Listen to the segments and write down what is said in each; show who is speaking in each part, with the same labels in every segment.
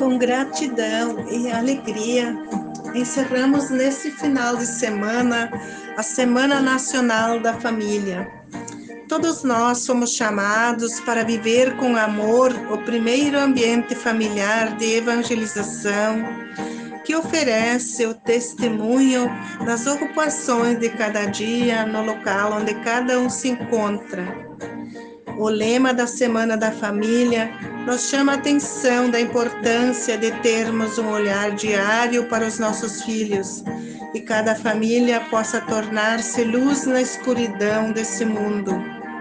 Speaker 1: Com gratidão e alegria, encerramos nesse final de semana a Semana Nacional da Família. Todos nós somos chamados para viver com amor o primeiro ambiente familiar de evangelização, que oferece o testemunho das ocupações de cada dia no local onde cada um se encontra. O lema da Semana da Família nos chama a atenção da importância de termos um olhar diário para os nossos filhos e cada família possa tornar-se luz na escuridão desse mundo.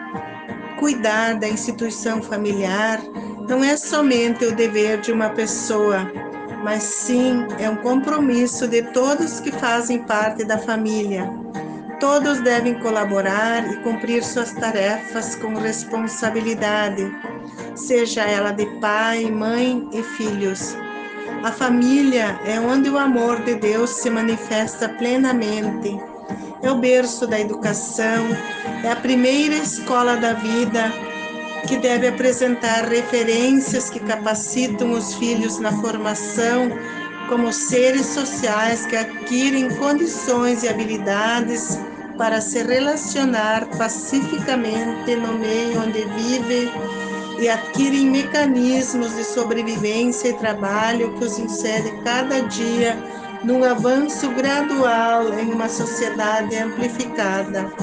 Speaker 1: Cuidar da instituição familiar não é somente o dever de uma pessoa, mas sim é um compromisso de todos que fazem parte da família. Todos devem colaborar e cumprir suas tarefas com responsabilidade, seja ela de pai, mãe e filhos. A família é onde o amor de Deus se manifesta plenamente. É o berço da educação, é a primeira escola da vida, que deve apresentar referências que capacitam os filhos na formação como seres sociais que adquirem condições e habilidades para se relacionar pacificamente no meio onde vive e adquirem mecanismos de sobrevivência e trabalho que os insere cada dia num avanço gradual em uma sociedade amplificada.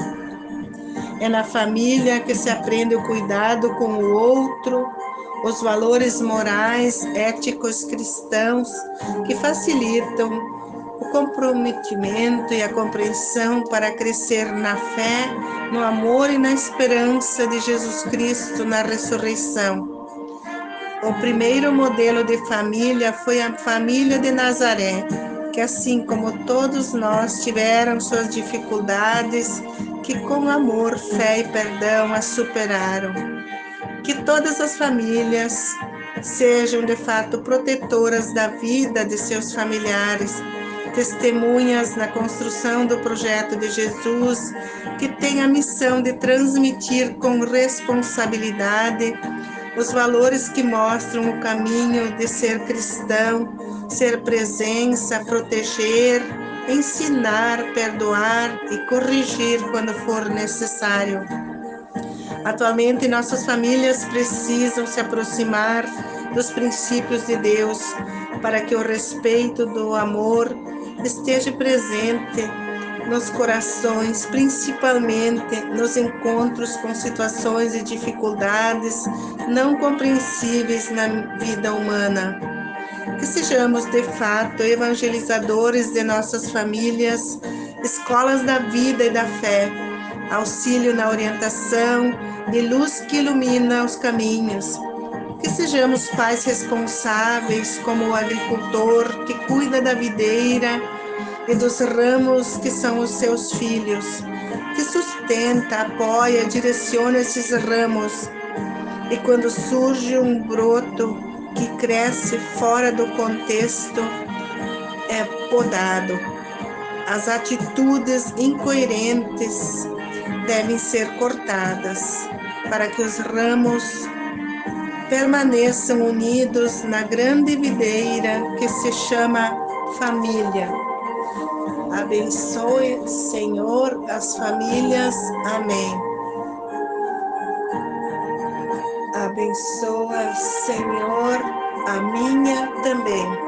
Speaker 1: É na família que se aprende o cuidado com o outro, os valores morais, éticos cristãos que facilitam o comprometimento e a compreensão para crescer na fé, no amor e na esperança de Jesus Cristo na ressurreição. O primeiro modelo de família foi a família de Nazaré, que assim como todos nós tiveram suas dificuldades, que com amor, fé e perdão as superaram. Que todas as famílias sejam de fato protetoras da vida de seus familiares, testemunhas na construção do projeto de Jesus, que tem a missão de transmitir com responsabilidade os valores que mostram o caminho de ser cristão, ser presença, proteger, ensinar, perdoar e corrigir quando for necessário. Atualmente, nossas famílias precisam se aproximar dos princípios de Deus para que o respeito do amor esteja presente nos corações, principalmente nos encontros com situações e dificuldades não compreensíveis na vida humana. Que sejamos, de fato, evangelizadores de nossas famílias, escolas da vida e da fé, auxílio na orientação e luz que ilumina os caminhos. Que sejamos pais responsáveis, como o agricultor que cuida da videira e dos ramos que são os seus filhos, que sustenta, apoia, direciona esses ramos. E quando surge um broto que cresce fora do contexto, é podado. As atitudes incoerentes devem ser cortadas para que os ramos permaneçam unidos na grande videira que se chama família. Abençoe, Senhor, as famílias. Amém. Abençoa, Senhor, a minha também.